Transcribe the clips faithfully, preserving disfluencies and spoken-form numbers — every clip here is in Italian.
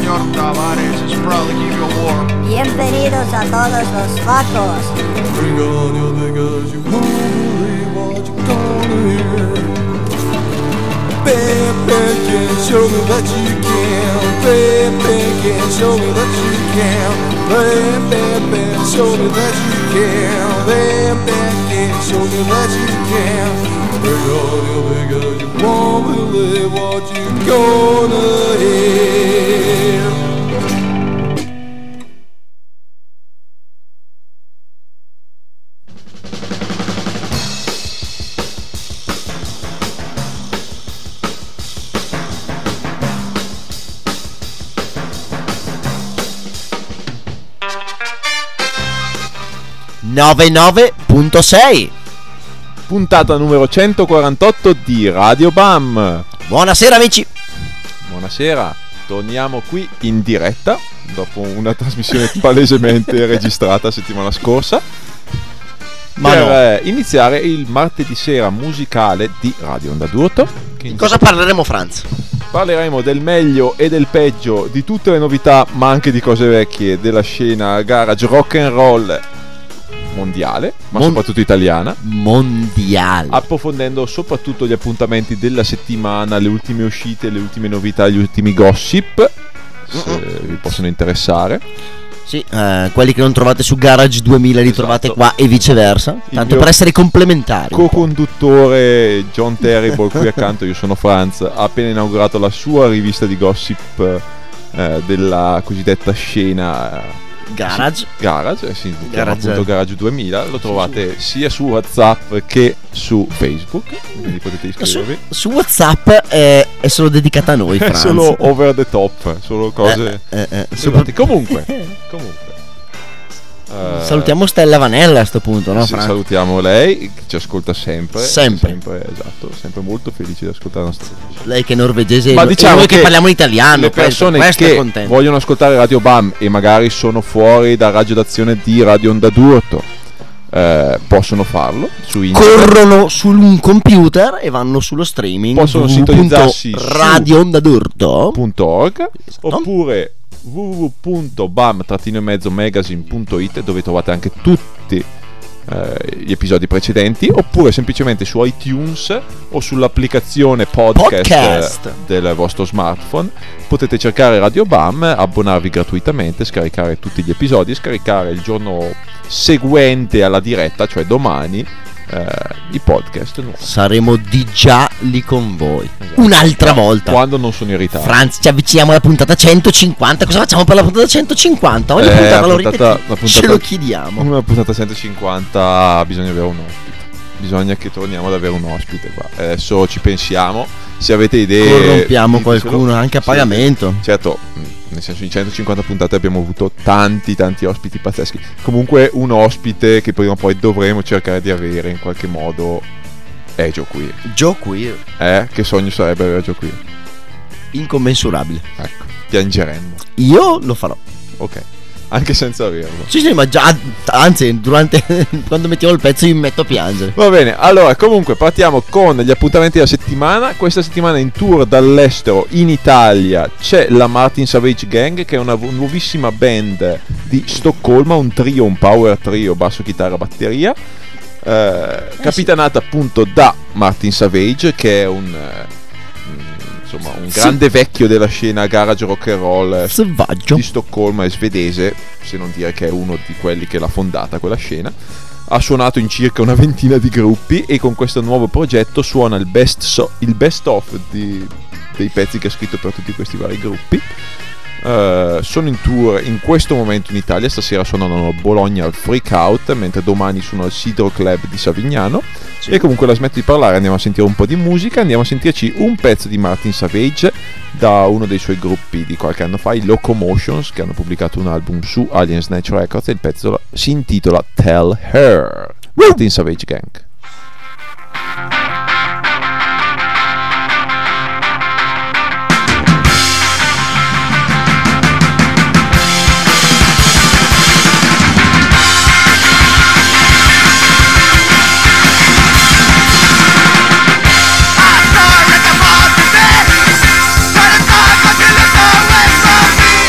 señor Tavares is proud to give you a war. Bienvenidos a todos los facos. Bring on your niggas, you won't believe what you're gonna hear. Bam, bam, can show me that you can. Bam, bam, can show me that you can. Bam, bam, bam, show me that you can. Bam, bam, can show me that you can. Bring on your niggas, you won't believe what you're gonna hear. novantanove virgola sei. Puntata numero centoquarantotto di Radio Bam. Buonasera amici. Buonasera, torniamo qui in diretta dopo una trasmissione palesemente registrata settimana scorsa. Ma per no. iniziare il martedì sera musicale di Radio Onda d'Urto. Di cosa parleremo, Franz? Parleremo del meglio e del peggio di tutte le novità, ma anche di cose vecchie della scena garage rock and roll mondiale, ma Mon- soprattutto italiana. Mondiale. Approfondendo soprattutto gli appuntamenti della settimana, le ultime uscite, le ultime novità, gli ultimi gossip, se uh-uh. vi possono interessare. Sì, eh, quelli che non trovate su Garage duemila li esatto. trovate qua e viceversa. Il tanto per essere complementari. Co-conduttore John Terrible qui accanto, io sono Franz, ha appena inaugurato la sua rivista di gossip eh, della cosiddetta scena Garage. Sì, Garage, eh sì, Garage. Appunto Garage duemila, lo trovate sì, sia su WhatsApp che su Facebook, quindi potete iscrivervi. Su, su WhatsApp è, è solo dedicata a noi, Franz. È solo over the top, solo cose eh, eh, eh, sopra... comunque, comunque. Uh, salutiamo Stella Vanella a sto punto, no? Sì, Franz? salutiamo lei che ci ascolta sempre. Sempre. Sempre, esatto, sempre molto felice di ascoltare la nostra voce. Lei che è norvegese, ma e diciamo noi che, che parliamo in italiano. Le persone questo, che questo vogliono ascoltare Radio Bam e magari sono fuori da raggio d'azione di Radio Onda d'Urto eh, possono farlo su internet. Corrono su un computer e vanno sullo streaming. Possono sintonizzarsi su radio onda d'urto punto org oppure w w w punto bam magazine punto it, dove trovate anche tutti eh, gli episodi precedenti, oppure semplicemente su iTunes o sull'applicazione podcast, podcast del vostro smartphone. Potete cercare Radio Bam, abbonarvi gratuitamente, scaricare tutti gli episodi, scaricare il giorno seguente alla diretta, cioè domani, eh, i podcast nuovi. Saremo di già lì con voi, esatto. Un'altra volta quando non sono in ritardo. Franz, ci avviciniamo alla puntata centocinquanta. Cosa facciamo per la puntata centocinquanta? Ogni eh, puntata, lo puntata, la puntata, ce lo chiediamo. Una puntata centocinquanta bisogna avere un ospite. Bisogna che torniamo ad avere un ospite qua. Adesso ci pensiamo. Se avete idee, corrompiamo qualcuno anche a pagamento. Sì, certo, nel senso, in centocinquanta puntate abbiamo avuto tanti tanti ospiti pazzeschi. Comunque un ospite che prima o poi dovremo cercare di avere in qualche modo è Joe Queer. Joe Queer. Eh, che sogno sarebbe avere Joe Queer. Incommensurabile. Ecco, piangeremmo. Io lo farò. Ok. Anche senza averlo. Sì, sì, ma già, anzi, durante quando mettiamo il pezzo io mi metto a piangere. Va bene, allora comunque partiamo con gli appuntamenti della settimana. Questa settimana in tour dall'estero in Italia c'è la Martin Savage Gang, che è una nuovissima band di Stoccolma, un trio, un power trio, basso, chitarra, batteria, eh, eh, capitanata sì. appunto da Martin Savage, che è un... Eh, insomma un grande sì. vecchio della scena garage rock and roll selvaggio di Stoccolma, è svedese, se non dire che è uno di quelli che l'ha fondata quella scena. Ha suonato in circa una ventina di gruppi e con questo nuovo progetto suona il best, so- il best of di, dei pezzi che ha scritto per tutti questi vari gruppi. Uh, sono in tour in questo momento in Italia. Stasera suonano a Bologna al Freak Out, mentre domani sono al Sidro Club di Savignano. Sì. E comunque la smetto di parlare, andiamo a sentire un po' di musica. Andiamo a sentirci un pezzo di Martin Savage da uno dei suoi gruppi di qualche anno fa, i Locomotions, che hanno pubblicato un album su Alien Snatch Records, e il pezzo si intitola Tell Her. Martin Savage Gang. Tell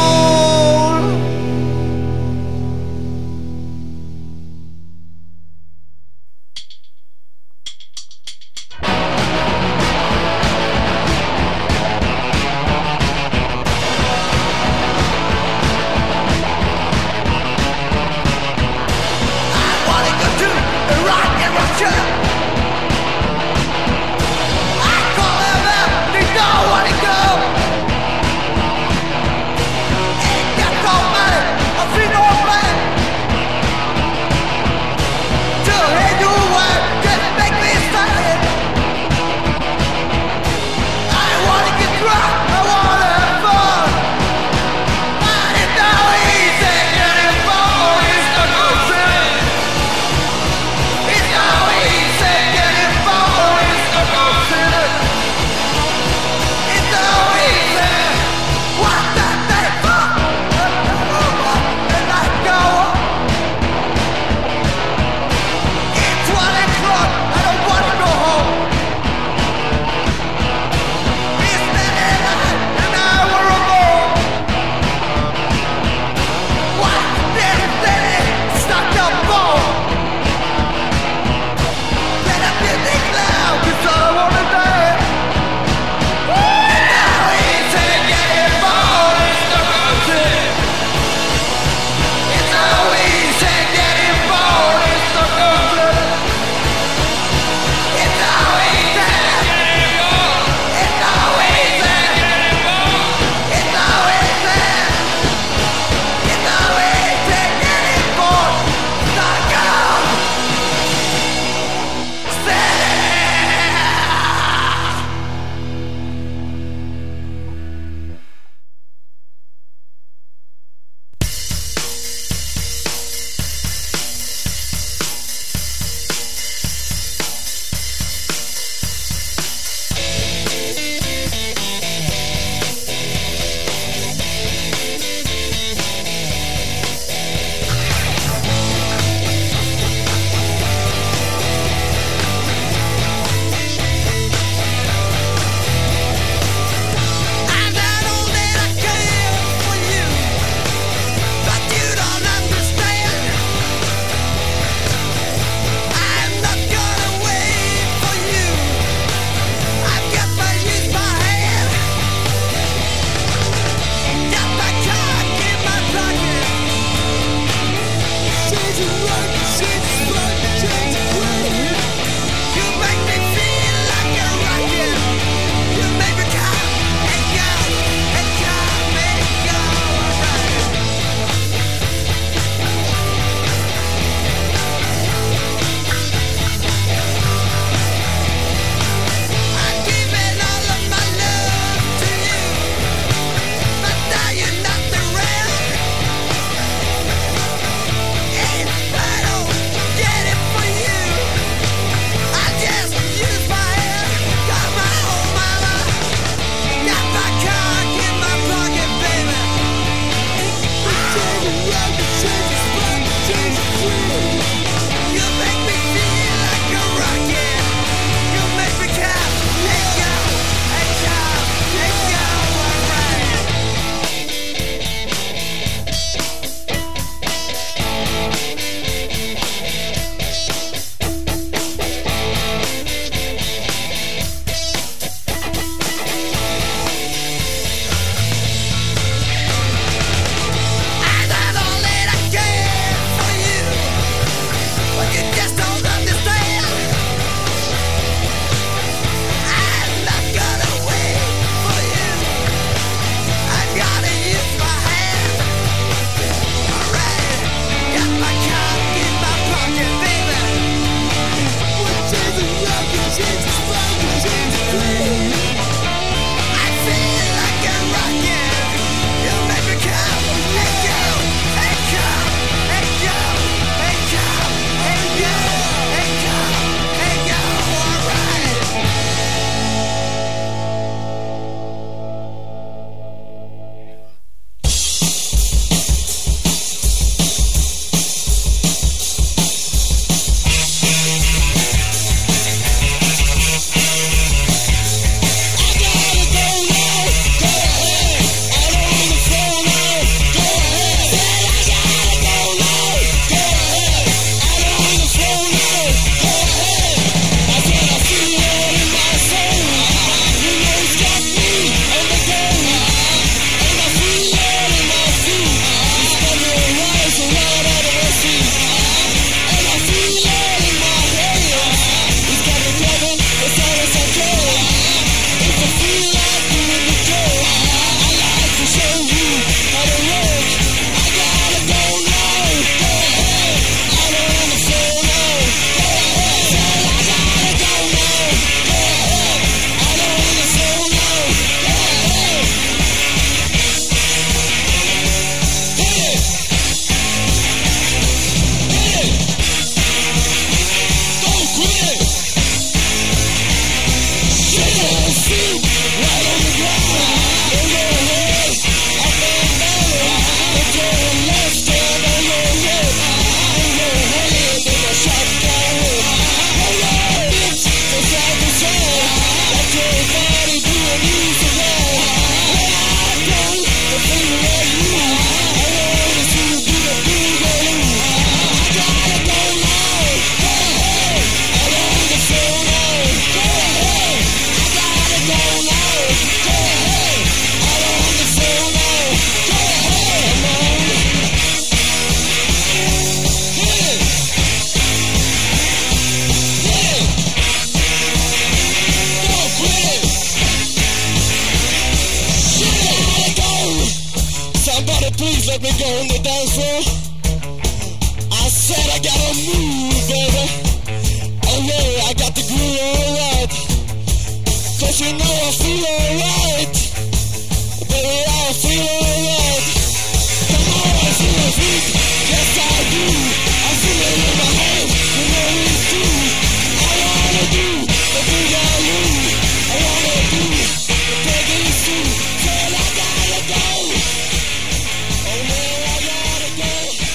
on the dance floor. I said I gotta move, baby. Oh yeah, I got the groove alright. Cause you know I feel alright. Baby, I feel alright. Come on, I feel the beat. Yes, I do. I feel it in my head. You know it's true. I wanna do the boogaloo. I wanna do the peggy too. Till I gotta go. Oh man, I gotta go.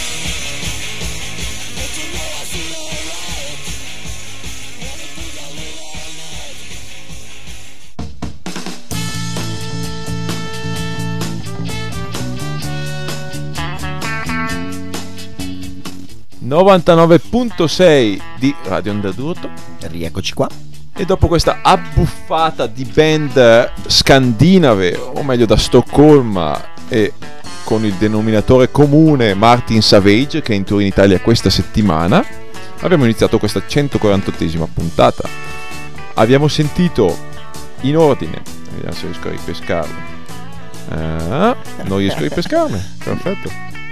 But you know I feel alright. Wanna boogaloo all night. novantanove virgola sei di Radio Onda d'Urto. Rieccoci qua. E dopo questa abbuffata di band scandinave, o meglio da Stoccolma, e con il denominatore comune Martin Savage, che è in tour in Italia questa settimana, abbiamo iniziato questa centoquarantottesima puntata. Abbiamo sentito in ordine, vediamo se riesco a ripescarlo. Ah, non riesco a ripescarmi, perfetto.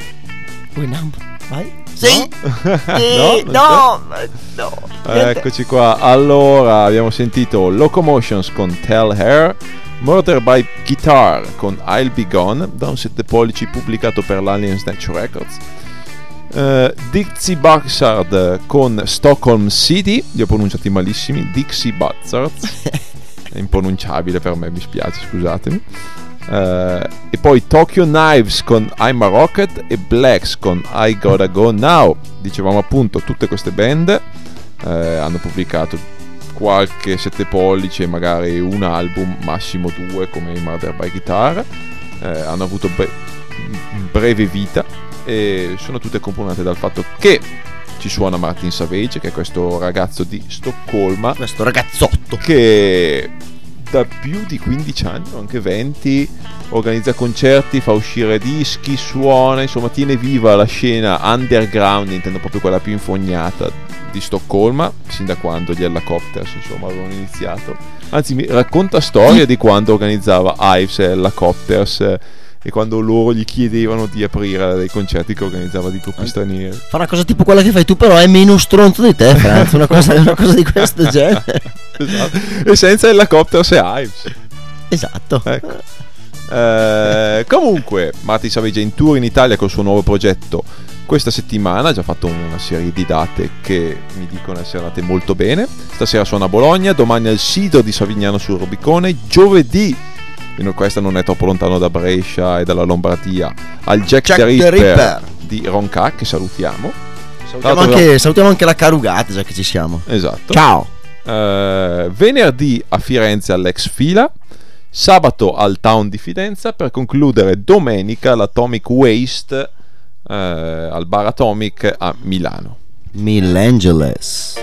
Vai. Sì. No? No, no, no. Eccoci qua. Allora, abbiamo sentito Locomotions con Tell Her, Murder by Guitar con I'll Be Gone, da un sette pollici pubblicato per l'Alien Snatch Records. uh, Dixie Buzzard con Stockholm City, li ho pronunciati malissimi, Dixie Buzzard. È impronunciabile per me, mi spiace, scusatemi. Uh, e poi Tokyo Knives con I'm a Rocket e Blacks con I Gotta Go Now. Dicevamo appunto, tutte queste band uh, hanno pubblicato qualche sette pollice, magari un album, massimo due, come i Murder by Guitar. Uh, hanno avuto bre- breve vita e sono tutte componate dal fatto che ci suona Martin Savage, che è questo ragazzo di Stoccolma, questo ragazzotto che da più di quindici anni, anche venti, organizza concerti, fa uscire dischi, suona, insomma tiene viva la scena underground, intendo proprio quella più infognata di Stoccolma, sin da quando gli Helicopters insomma avevano iniziato. Anzi, mi racconta storie di quando organizzava Ives e Helicopters e quando loro gli chiedevano di aprire dei concerti che organizzava di gruppi stranieri. Fa una cosa tipo quella che fai tu, però è meno stronzo di te, Franz. Una cosa, una cosa di questo genere. Esatto. E senza Helicopters e Ives. Esatto. Ecco. Eh, comunque Martin Savage è in tour in Italia col suo nuovo progetto questa settimana. Ha già fatto una serie di date che mi dicono essere andate molto bene. Stasera suona a Bologna, domani al Sido di Savignano sul Rubicone, giovedì, questa non è troppo lontano da Brescia e dalla Lombardia, al Jack, Jack the, Ripper the Ripper di Ronca, che salutiamo. Salutiamo anche, salutiamo anche la Carugata, già che ci siamo. Esatto. Ciao. Uh, venerdì a Firenze all'Ex Fila, sabato al Town di Fidenza, per concludere domenica l'Atomic Waste uh, al Bar Atomic a Milano. Milangeles.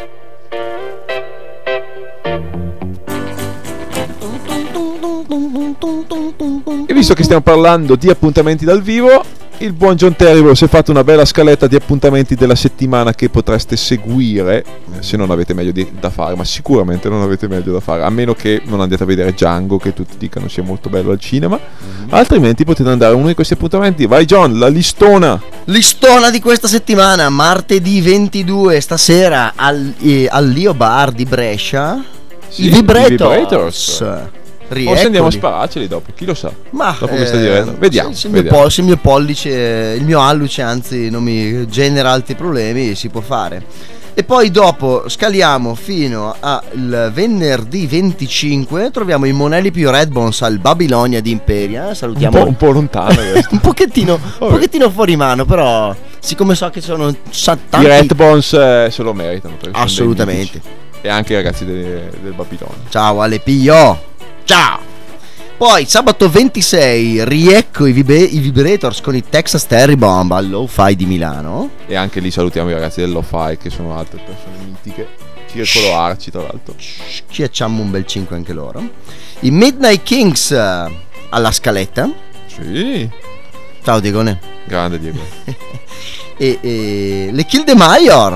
E visto che stiamo parlando di appuntamenti dal vivo, il buon John Terrible si è fatto una bella scaletta di appuntamenti della settimana che potreste seguire, se non avete meglio di, da fare, ma sicuramente non avete meglio da fare, a meno che non andiate a vedere Django, che tutti dicano sia molto bello al cinema. Mm-hmm. Altrimenti potete andare a uno di questi appuntamenti. Vai John, la listona. Listona di questa settimana, martedì ventidue, stasera al, eh, al Lio Bar di Brescia, sì, i Vibrators. I Vibrators. Rieccoli. Forse andiamo a spararceli dopo, chi lo sa. Ma dopo questa eh, diretta vediamo, se, se, vediamo. Il mio, se il mio pollice, il mio alluce anzi non mi genera altri problemi, si può fare. E poi dopo scaliamo fino al venerdì venticinque, troviamo i Monelli più Red Bones al Babilonia di Imperia. Salutiamo. Un po', un po' lontano. un pochettino, un pochettino fuori mano, però siccome so che sono tanti... I Red Bones eh, se lo meritano. Assolutamente. E anche i ragazzi del, del Babilonia. Ciao Ale Pio. Ciao. Poi sabato ventisei riecco i, vibe- i Vibrators con i Texas Terry Bomb al Lo-Fi di Milano. E anche lì salutiamo i ragazzi del Lo-Fi, che sono altre persone mitiche, Circolo Arci tra l'altro. Ci acciamo un bel cinque anche loro. I Midnight Kings uh, alla Scaletta. Sì. Ciao Diegone. Grande Diego. e, e le Kill the Mayor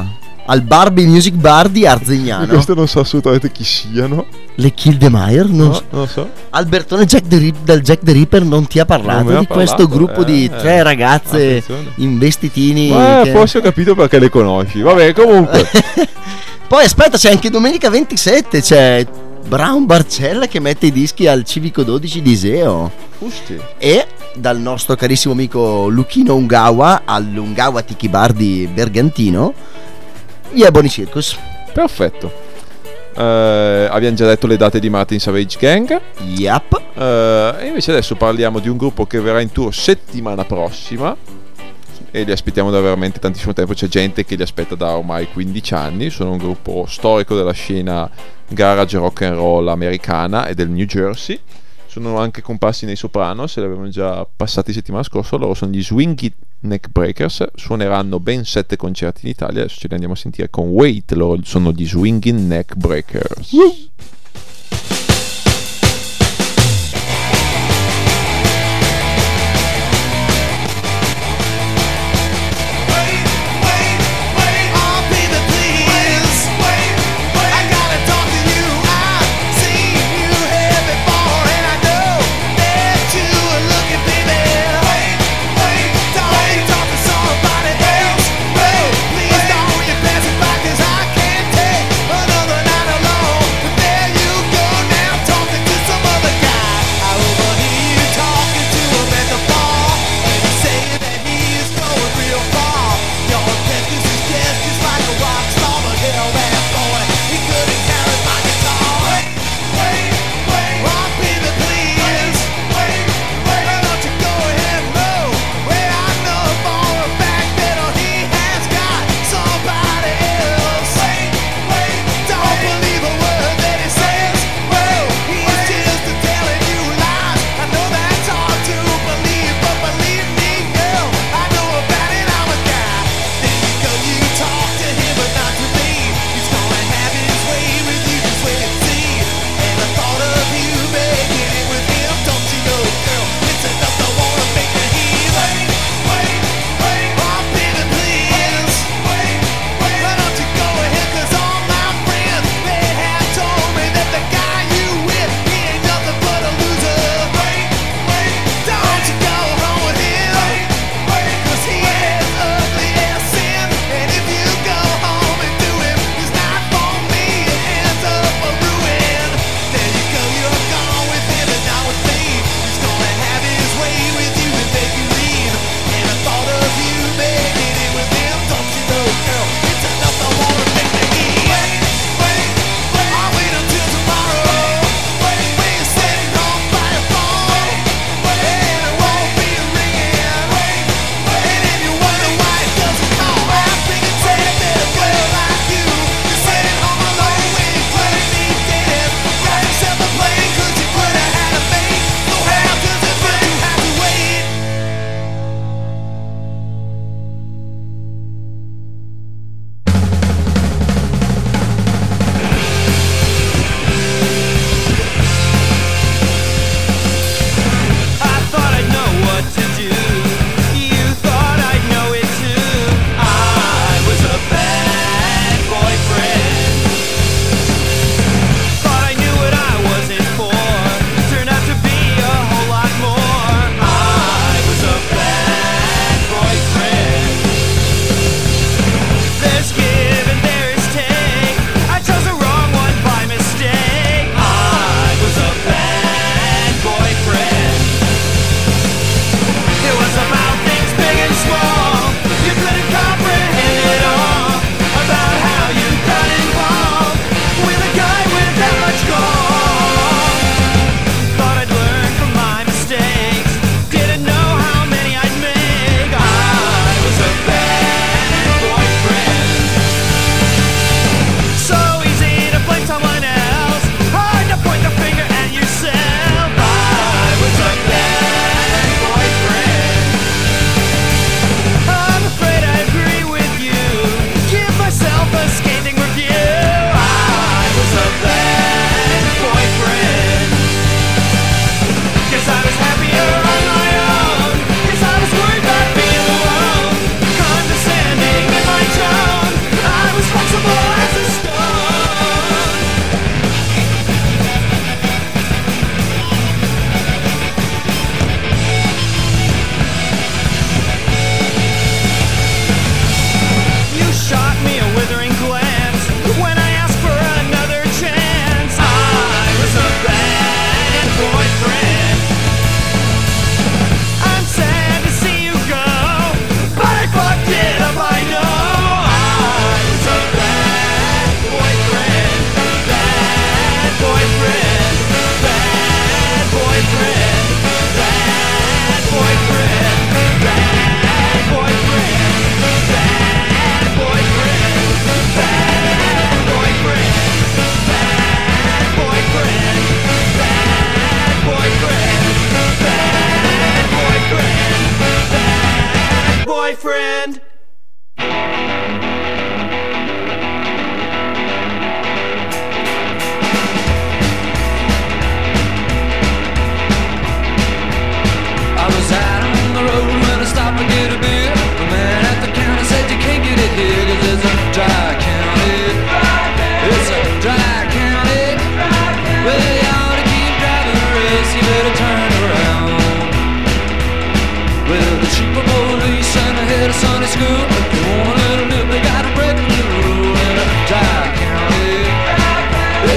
al Barbie Music Bar di Arzignano. Questo non so assolutamente chi siano. Le Kildemeyer? Non No, so. non lo so. Albertone Jack the Rip- del Jack the Ripper non ti ha Non parlato me ne ha di questo parlato, gruppo eh, di eh. tre ragazze Attenzione. in vestitini Ma che- forse ho capito perché le conosci. Vabbè, comunque. Poi aspetta, c'è anche domenica ventisette, c'è Brown Barcella che mette i dischi al Civico dodici di Iseo. Giusti. E dal nostro carissimo amico Luchino Ungawa all'Ungawa Tiki Bar di Bergantino, via Boni Circus. Perfetto. Eh, abbiamo già detto le date di Martin Savage Gang. Yap. Eh, e invece adesso parliamo di un gruppo che verrà in tour settimana prossima. E li aspettiamo da veramente tantissimo tempo. C'è gente che li aspetta da ormai quindici anni. Sono un gruppo storico della scena garage rock and roll americana e del New Jersey. Sono anche comparsi nei Sopranos, e li avevamo già passati settimana scorsa. Loro sono gli Swinging Neck Breakers. Suoneranno ben sette concerti in Italia. Adesso ce li andiamo a sentire con Wait. Loro sono gli Swinging Neck Breakers. Please don't you pass it by, 'cause I can't take another night alone.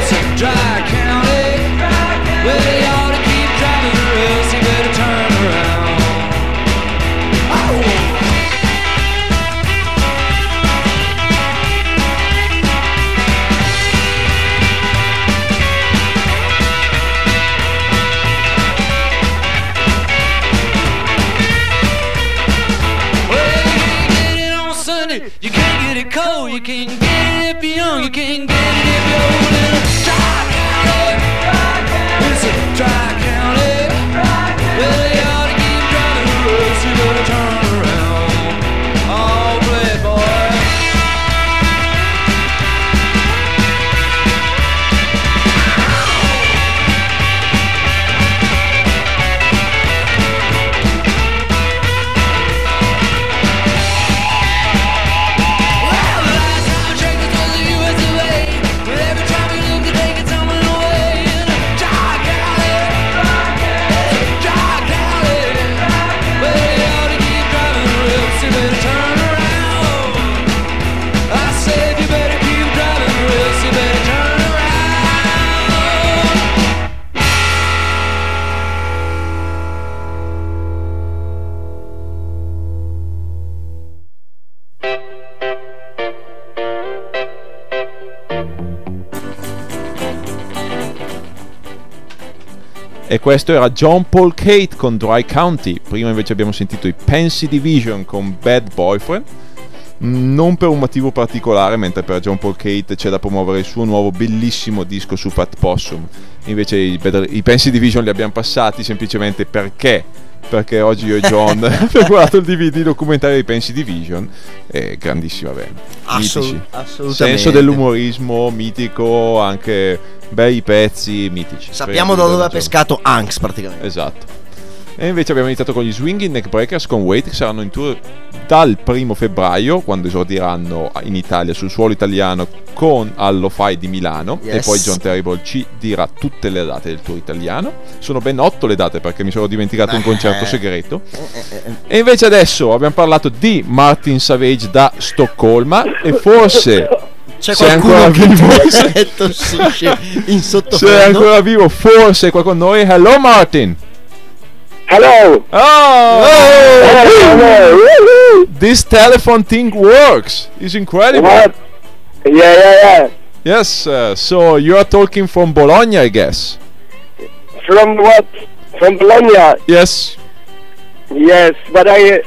It's a dry county. Well, you ought to keep driving or else you better turn around. Oh! You can't get it cold, you can't get it if you're young, you can't get it if you're old. In a dry county, it's a dry county. Well, you ought to keep driving or else you better turn around. Oh, playboy. E questo era John Paul Cate con Dry County. Prima invece abbiamo sentito i Pansy Division con Bad Boyfriend, non per un motivo particolare, mentre per John Paul Cate c'è da promuovere il suo nuovo bellissimo disco su Fat Possum. Invece i, i Pansy Division li abbiamo passati semplicemente perché perché oggi io e John abbiamo guardato il D V D documentario dei Pansy Division. È grandissima band, Assolut- mitici, assolutamente. senso dell'umorismo mitico, anche bei pezzi mitici. Sappiamo da dove ha pescato Hanks praticamente. Esatto. E invece abbiamo iniziato con gli Swinging Neckbreakers con Wait, che saranno in tour dal primo febbraio, quando esordiranno in Italia sul suolo italiano con Allo-Fi di Milano. Yes. E poi John Terrible ci dirà tutte le date del tour italiano. Sono ben otto le date, perché mi sono dimenticato un concerto segreto. E invece adesso abbiamo parlato di Martin Savage da Stoccolma, e forse c'è se qualcuno ancora che vivo tossisce in sottofondo. se è ancora vivo, forse qua con noi. Hello Martin. Hello. Oh, Hello. this telephone thing works. It's incredible. What? Yeah, yeah, yeah. Yes, uh, so you are talking from Bologna, I guess. From what? From Bologna. Yes. Yes, but I.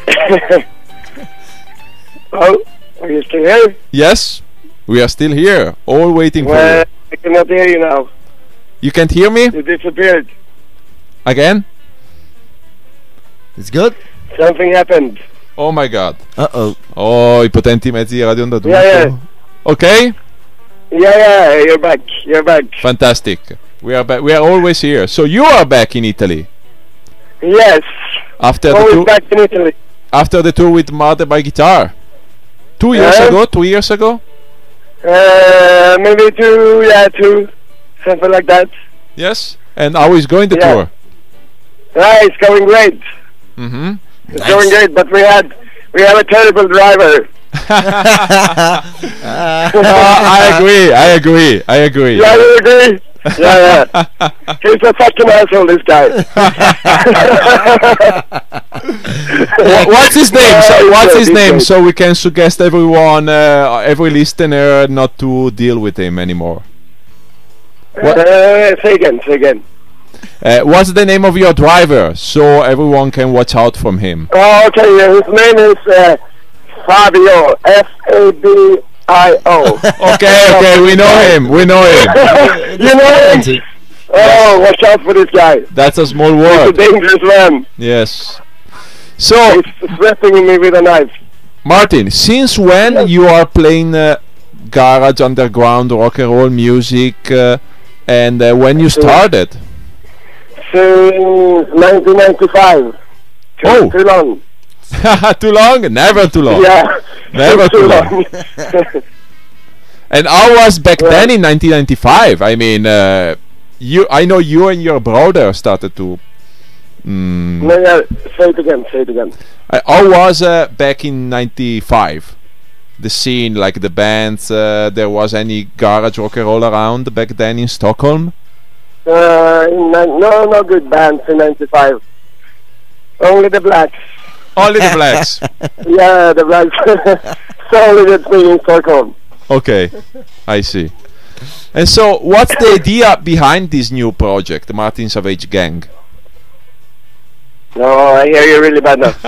Oh, are you still here? Yes, we are still here, all waiting for Well, you. I cannot hear you now. You can't hear me You disappeared. again? It's good. Something happened. Oh my god. Uh-oh. Oh, i potenti mezzi di radio onda d'urto. Yeah, yeah. Ok? Yeah, yeah. You're back. You're back. Fantastic. We are back. We are always here. So you are back in Italy Yes. after the Always tour, back in Italy. after the tour with Mother by Guitar. Two years Yeah. ago. Two years ago. Uh, maybe two. Yeah, two. Something like that. Yes. And how is going the Yeah. tour? Ah, it's going great. Mm-hmm. It's Nice. going great, but we had we have a terrible driver. uh, I agree. I agree. I agree. Yeah, you agree? Yeah, yeah. He's a fucking asshole, this guy. Wha- What's his name? Yeah, So, he's what's great, his he's name? great. So we can suggest everyone, uh, every listener, not to deal with him anymore. What? Uh, say again, say again. Uh, what's the name of your driver, so everyone can watch out from him? Oh, okay, yeah, his name is uh, Fabio. F A B I O. Okay, okay, we know him. We know him. You know him? Oh, watch out for this guy. That's a small He's a word. dangerous man. Yes. So, He's threatening me with a knife. Martin, since when you are playing uh, garage, underground, rock and roll music, uh, and uh, when you started? Since nineteen ninety-five. Too, Oh. too long. Too long? Never too long. Yeah. Never too long. And how was back Well- then in nineteen ninety-five? I mean, uh, you. I know you and your brother started to. Mm, No, yeah, say it again, say it again. uh, how was uh, back in ninety-five? the scene, like the bands? Uh, there was any garage rock and roll around back then in Stockholm? Uh, in, ni- no, no good bands in ninety-five. Only the Blacks. Only the Blacks. Yeah, the Blacks. Solely that's me in Stockholm. Okay, I see. And so, what's the idea behind this new project, Martin Savage Gang? No, I hear you really bad now.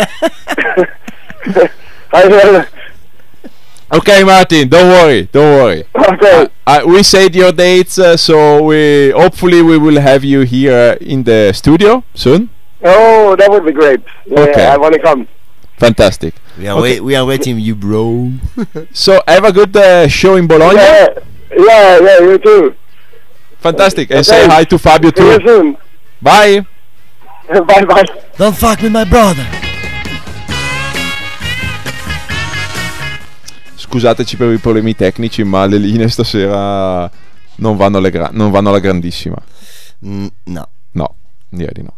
I hear. Okay, Martin, don't worry, don't worry. Okay. Uh, uh, we said your dates, uh, so we hopefully we will have you here in the studio soon. Oh, that would be great. Yeah, Okay. I want to come. Fantastic. We are, Okay. wait, we are waiting you, bro. So, have a good uh, show in Bologna. Yeah, yeah, yeah, you too. Fantastic. And Okay. say hi to Fabio See you too. soon. Bye. Bye bye. Don't fuck with my brother. Scusateci per i problemi tecnici, ma le linee stasera non vanno, alle gra- non vanno alla grandissima. Mm, no. No, direi di no.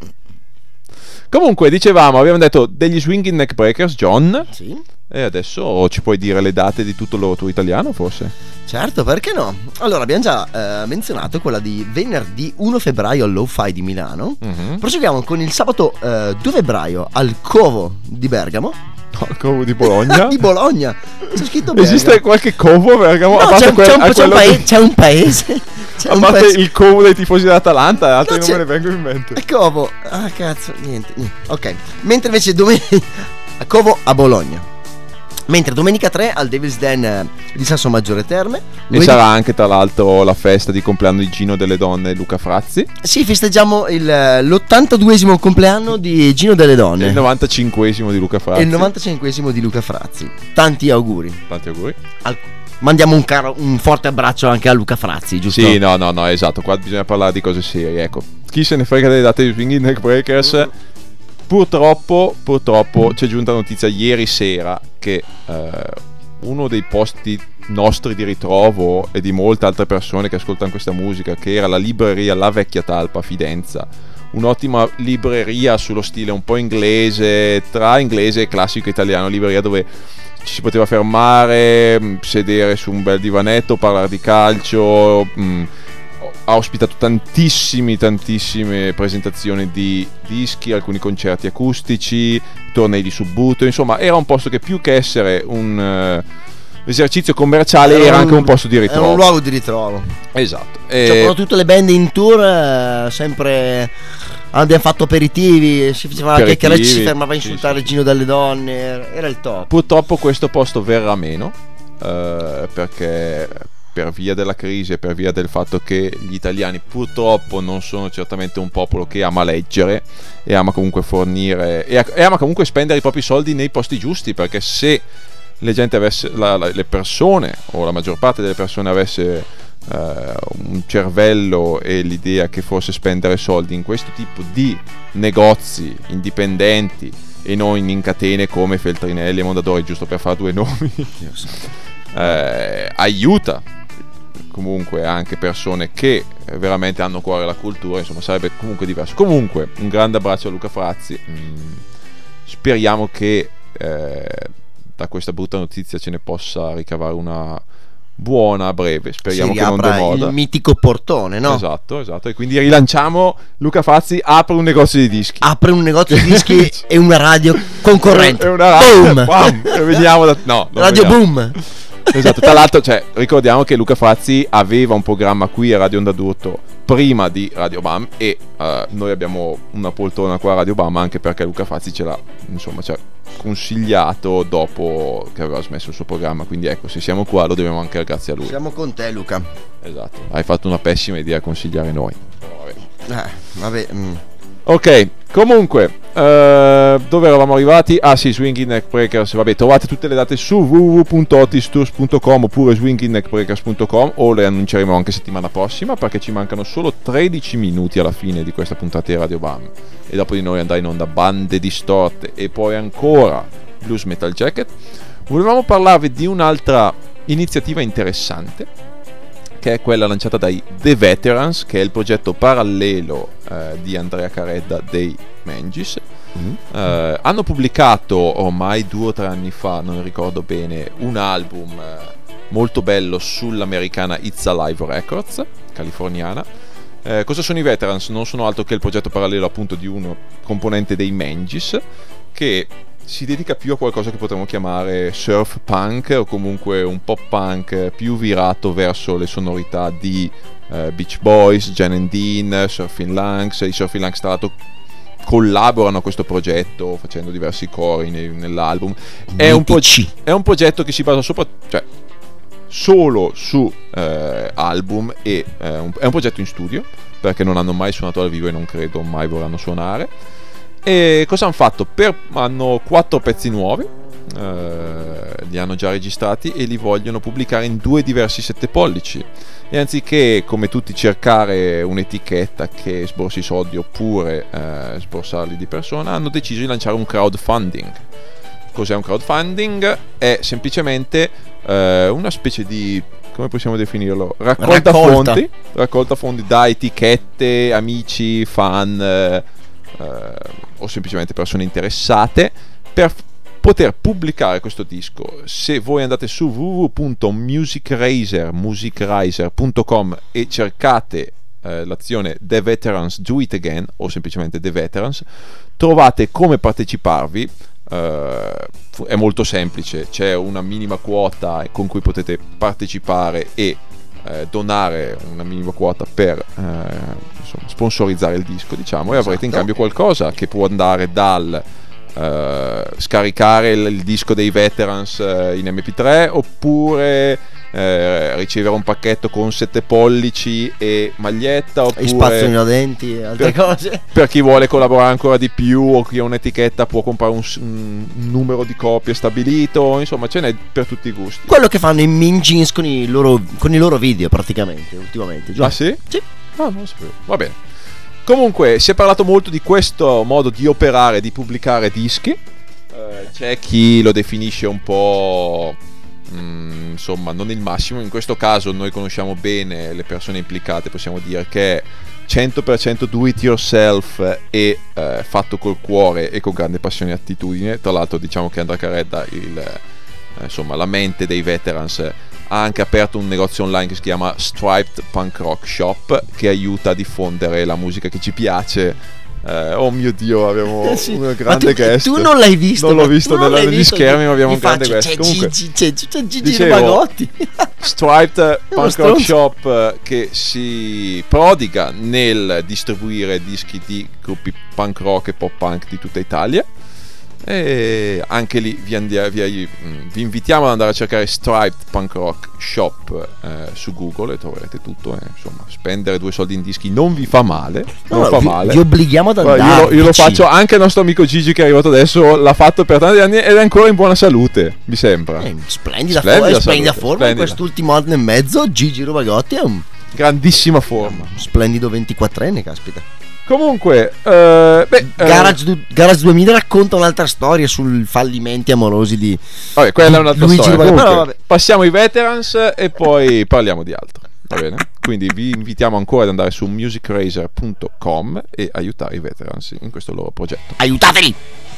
Comunque, dicevamo, abbiamo detto degli Swinging Neck Breakers, John. Sì. E adesso ci puoi dire le date di tutto il loro tour italiano, forse? Certo, perché no? Allora, abbiamo già eh, menzionato quella di venerdì primo febbraio al Lo-Fi di Milano. Mhm. Proseguiamo con il sabato eh, due febbraio al Covo di Bergamo. No, il covo di Bologna. Di Bologna. C'è scritto Bergamo. Esiste qualche covo a Bergamo? A No, parte c'è, un- quel- c'è un, a c'è un quello paese, di- c'è un paese. C'è a un parte paese. il covo dei tifosi dell'Atalanta, altri No, non c'è- me ne vengono in mente. A Covo. Ah, cazzo, niente, niente. Ok. Mentre invece domenica a Covo a Bologna. Mentre domenica tre al Devil's Den eh, di Sasso Maggiore Terme. E Lunedì- sarà anche tra l'altro la festa di compleanno di Gino delle Donne, Luca Frazzi. Sì, festeggiamo il, eh, l'ottantaduesimo compleanno di Gino delle E Donne. il novantacinquesimo di Luca Frazzi. E il novantacinquesimo di Luca Frazzi. Tanti auguri. Tanti auguri. Al- mandiamo un, caro, un forte abbraccio anche a Luca Frazzi, giusto? Sì, no, no, no, esatto. Qua bisogna parlare di cose serie. Ecco, chi se ne frega delle date di Swinging Neck Breakers. Purtroppo, purtroppo c'è giunta notizia ieri sera che eh, uno dei posti nostri di ritrovo e di molte altre persone che ascoltano questa musica, che era la libreria La Vecchia Talpa a Fidenza, un'ottima libreria sullo stile un po' inglese, tra inglese e classico italiano, libreria dove ci si poteva fermare, mh, sedere su un bel divanetto, parlare di calcio. Mh, ha ospitato tantissimi tantissime presentazioni di dischi, alcuni concerti acustici, tornei di subbuto, insomma era un posto che più che essere un uh, esercizio commerciale era, era anche un posto di ritrovo, era un luogo di ritrovo. Esatto. C'erano e... tutte le band in tour, eh, sempre abbiamo fatto aperitivi, si faceva la chiacchierata, ci si fermava a insultare il sì, sì. Gino delle Donne, era il top. Purtroppo questo posto verrà meno uh, perché per via della crisi e per via del fatto che gli italiani purtroppo non sono certamente un popolo che ama leggere e ama comunque fornire e, e ama comunque spendere i propri soldi nei posti giusti, perché se le gente avesse la, la, le persone o la maggior parte delle persone avesse uh, un cervello e l'idea che fosse spendere soldi in questo tipo di negozi indipendenti e non in catene come Feltrinelli e Mondadori, giusto per fare due nomi, eh, aiuta comunque anche persone che veramente hanno a cuore la cultura, insomma sarebbe comunque diverso. Comunque un grande abbraccio a Luca Frazzi, mm, speriamo che eh, da questa brutta notizia ce ne possa ricavare una buona a breve, speriamo si che non demoda il mitico portone, no? Esatto, esatto, e quindi rilanciamo Luca Frazzi, apre un negozio di dischi apre un negozio di dischi e una radio concorrente, e una radio, boom, bam, e veniamo da... no, radio veniamo. Boom. Esatto, tra l'altro, cioè, ricordiamo che Luca Frazzi aveva un programma qui a Radio Onda d'Urto prima di Radio Bam e uh, noi abbiamo una poltrona qua a Radio Bam anche perché Luca Frazzi ce l'ha, insomma, ci ha consigliato dopo che aveva smesso il suo programma, quindi ecco, se siamo qua lo dobbiamo anche grazie a lui. Siamo con te, Luca. Esatto, hai fatto una pessima idea a consigliare noi. Però vabbè. Eh, vabbè. Mm. Ok, comunque, uh, dove eravamo arrivati? Ah sì, Swinging Neck Breakers, vabbè, trovate tutte le date su w w w punto otis tours punto com oppure swinging neck breakers punto com, o le annunceremo anche settimana prossima perché ci mancano solo tredici minuti alla fine di questa puntata di Radio Bam e dopo di noi andrà in onda Bande Distorte e poi ancora Blues Metal Jacket. Volevamo parlarvi di un'altra iniziativa interessante che è quella lanciata dai The Veterans, che è il progetto parallelo eh, di Andrea Caredda dei Mangis, Mm. Uh, hanno pubblicato ormai due o tre anni fa, non ricordo bene, un album uh, molto bello sull'americana It's Alive Records, californiana. Uh, cosa sono i Veterans? Non sono altro che il progetto parallelo appunto di un componente dei Mangis, che si dedica più a qualcosa che potremmo chiamare surf punk, o comunque un pop punk più virato verso le sonorità di uh, Beach Boys, Jan and Dean, Surfing Lungs. I Surfing Lungs tra l'altro collaborano a questo progetto facendo diversi cori ne- nell'album. È un, pro- è un progetto che si basa sopra, cioè, solo su eh, album e eh, un- è un progetto in studio, perché non hanno mai suonato dal vivo e non credo mai vorranno suonare. E cosa hanno fatto? Per, hanno quattro pezzi nuovi, eh, li hanno già registrati e li vogliono pubblicare in due diversi sette pollici. E anziché, come tutti, cercare un'etichetta che sborsi soldi oppure eh, sborsarli di persona, hanno deciso di lanciare un crowdfunding. Cos'è un crowdfunding? È semplicemente eh, una specie di, come possiamo definirlo? Raccolta, Raccolta. fondi, raccolta fondi da etichette, amici, fan eh, eh, o semplicemente persone interessate per poter pubblicare questo disco. Se voi andate su w w w punto musicraiser punto com e cercate eh, l'azione The Veterans Do It Again o semplicemente The Veterans, trovate come parteciparvi. Uh, è molto semplice, c'è una minima quota con cui potete partecipare e eh, donare una minima quota per eh, insomma, sponsorizzare il disco, diciamo, e Esatto. avrete in cambio qualcosa che può andare dal eh, scaricare il, il disco dei Veterans eh, in M P tre, oppure eh, ricevere un pacchetto con sette pollici e maglietta, oppure I spazzolini da denti e altre per, cose. per chi vuole collaborare ancora di più o chi ha un'etichetta può comprare un, un numero di copie stabilito, insomma ce n'è per tutti i gusti. Quello che fanno i Mean Jeans con i loro, con i loro video praticamente ultimamente, giusto? Ah sì? Sì. Ah, non lo sapevo. Va bene. Comunque si è parlato molto di questo modo di operare, di pubblicare dischi. Eh, c'è chi lo definisce un po' mh, insomma non il massimo. In questo caso noi conosciamo bene le persone implicate, possiamo dire che è cento per cento do it yourself e eh, fatto col cuore e con grande passione e attitudine. Tra l'altro diciamo che Andrea Caretta, il, eh, insomma la mente dei Veterans, ha anche aperto un negozio online che si chiama Striped Punk Rock Shop, che aiuta a diffondere la musica che ci piace. Eh, oh mio Dio, abbiamo Eh sì. un grande Ma tu, guest. tu non l'hai visto? Non l'ho ma visto tu non nella- l'hai negli visto? schermi, ma abbiamo Gli un grande faccio, guest. C'è Comunque, Gigi, c'è, c'è Gigi dicevo, Romagotti. Striped Punk Rock stronzo. Shop, eh, che si prodiga nel distribuire dischi di gruppi punk rock e pop punk di tutta Italia. E anche lì vi, andia- vi, vi invitiamo ad andare a cercare Striped Punk Rock Shop eh, su Google e troverete tutto. eh. Insomma, spendere due soldi in dischi non vi fa male, non No, fa vi, male. vi obblighiamo ad Guarda, andare. io, lo, io lo faccio, anche il nostro amico Gigi che è arrivato adesso l'ha fatto per tanti anni ed è ancora in buona salute, mi sembra. Eh, splendida, Splendida fo- splendida salute, forma. splendida. In quest'ultimo anno e mezzo Gigi Romagotti è un Grandissima forma. splendido ventiquattrenne, caspita. Comunque, eh, beh, eh, Garage, du- Garage duemila racconta un'altra storia sul fallimenti amorosi di vabbè, quella è un'altra Luigi storia. Romagotti. Comunque, Però vabbè. passiamo ai Veterans e poi parliamo di altro. Va bene? Quindi vi invitiamo ancora ad andare su musicraiser punto com e aiutare i Veterans in questo loro progetto. Aiutateli!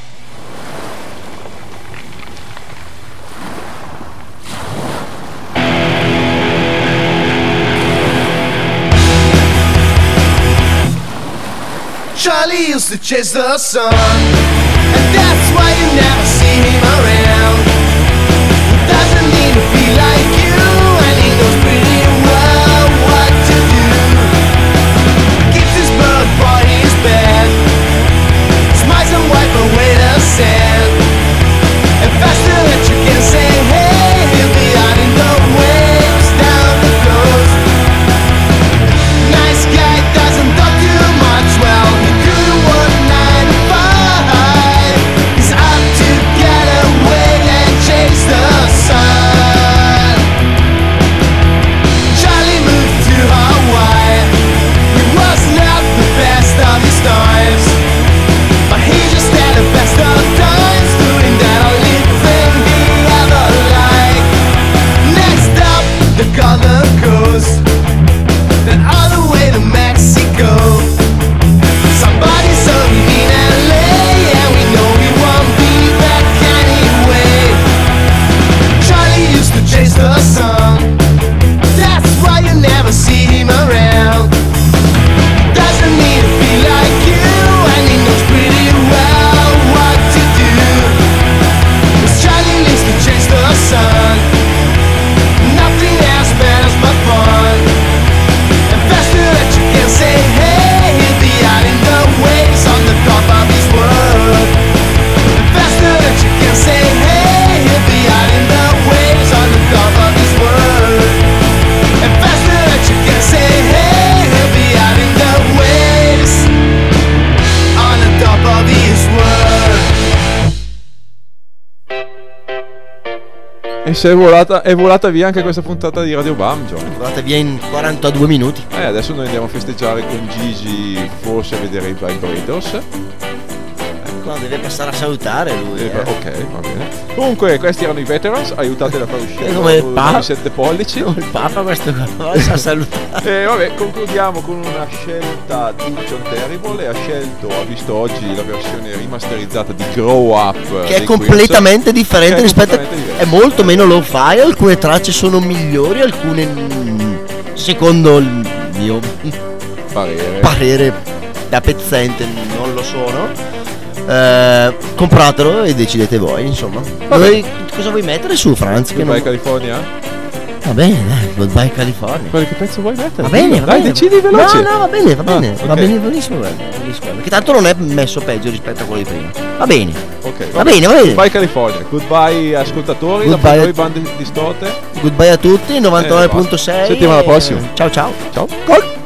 Charlie used to chase the sun, and that's why you never see him around. Doesn't need to be like you, and he knows pretty well what to do. Keeps his bird by his bed, smiles and wipe away the sand. And faster that you can say, hey, he'll be out in the waves down the coast. Nice guy doesn't talk too much, well, he could work nine to five. He's out to get away. se è volata, è volata via anche questa puntata di Radio Bam, John. È volata via in quarantadue minuti. Eh, adesso noi andiamo a festeggiare con Gigi, forse a vedere i Vibrators. No, deve passare a salutare lui. Eh, Eh. Ok, va bene. Comunque, questi erano i Veterans, aiutateli a fare uscire È come il i Papa. sette pollici. No, il Papa questo cosa salutare. E vabbè, concludiamo con una scelta di John Terrible e ha scelto, ha visto oggi la versione rimasterizzata di Grow Up, Che è dei completamente Queens, differente che è rispetto completamente è diverso. molto meno low fi, alcune tracce sono migliori, alcune mm, secondo il mio parere. parere da pezzente non lo sono. Eh, compratelo e decidete voi, insomma. Voi, cosa vuoi mettere su, Franz? Che Goodbye non... California? Va bene, dai, Goodbye California. Quello che pezzo vuoi mettere? Va bene, va Dai, bene. decidi veloce. No, no, va bene, va bene. Ah, Va ok. bene, benissimo, guarda, benissimo, guarda. Che tanto non è messo peggio rispetto a quello di prima. Va bene. Ok, Va bene, va bene. Goodbye California. Goodbye ascoltatori, Goodbye da a- noi bande distorte. Goodbye a tutti, novantanove virgola sei. Eh, va. Settimana e- prossima. Ciao ciao. Ciao. Gol.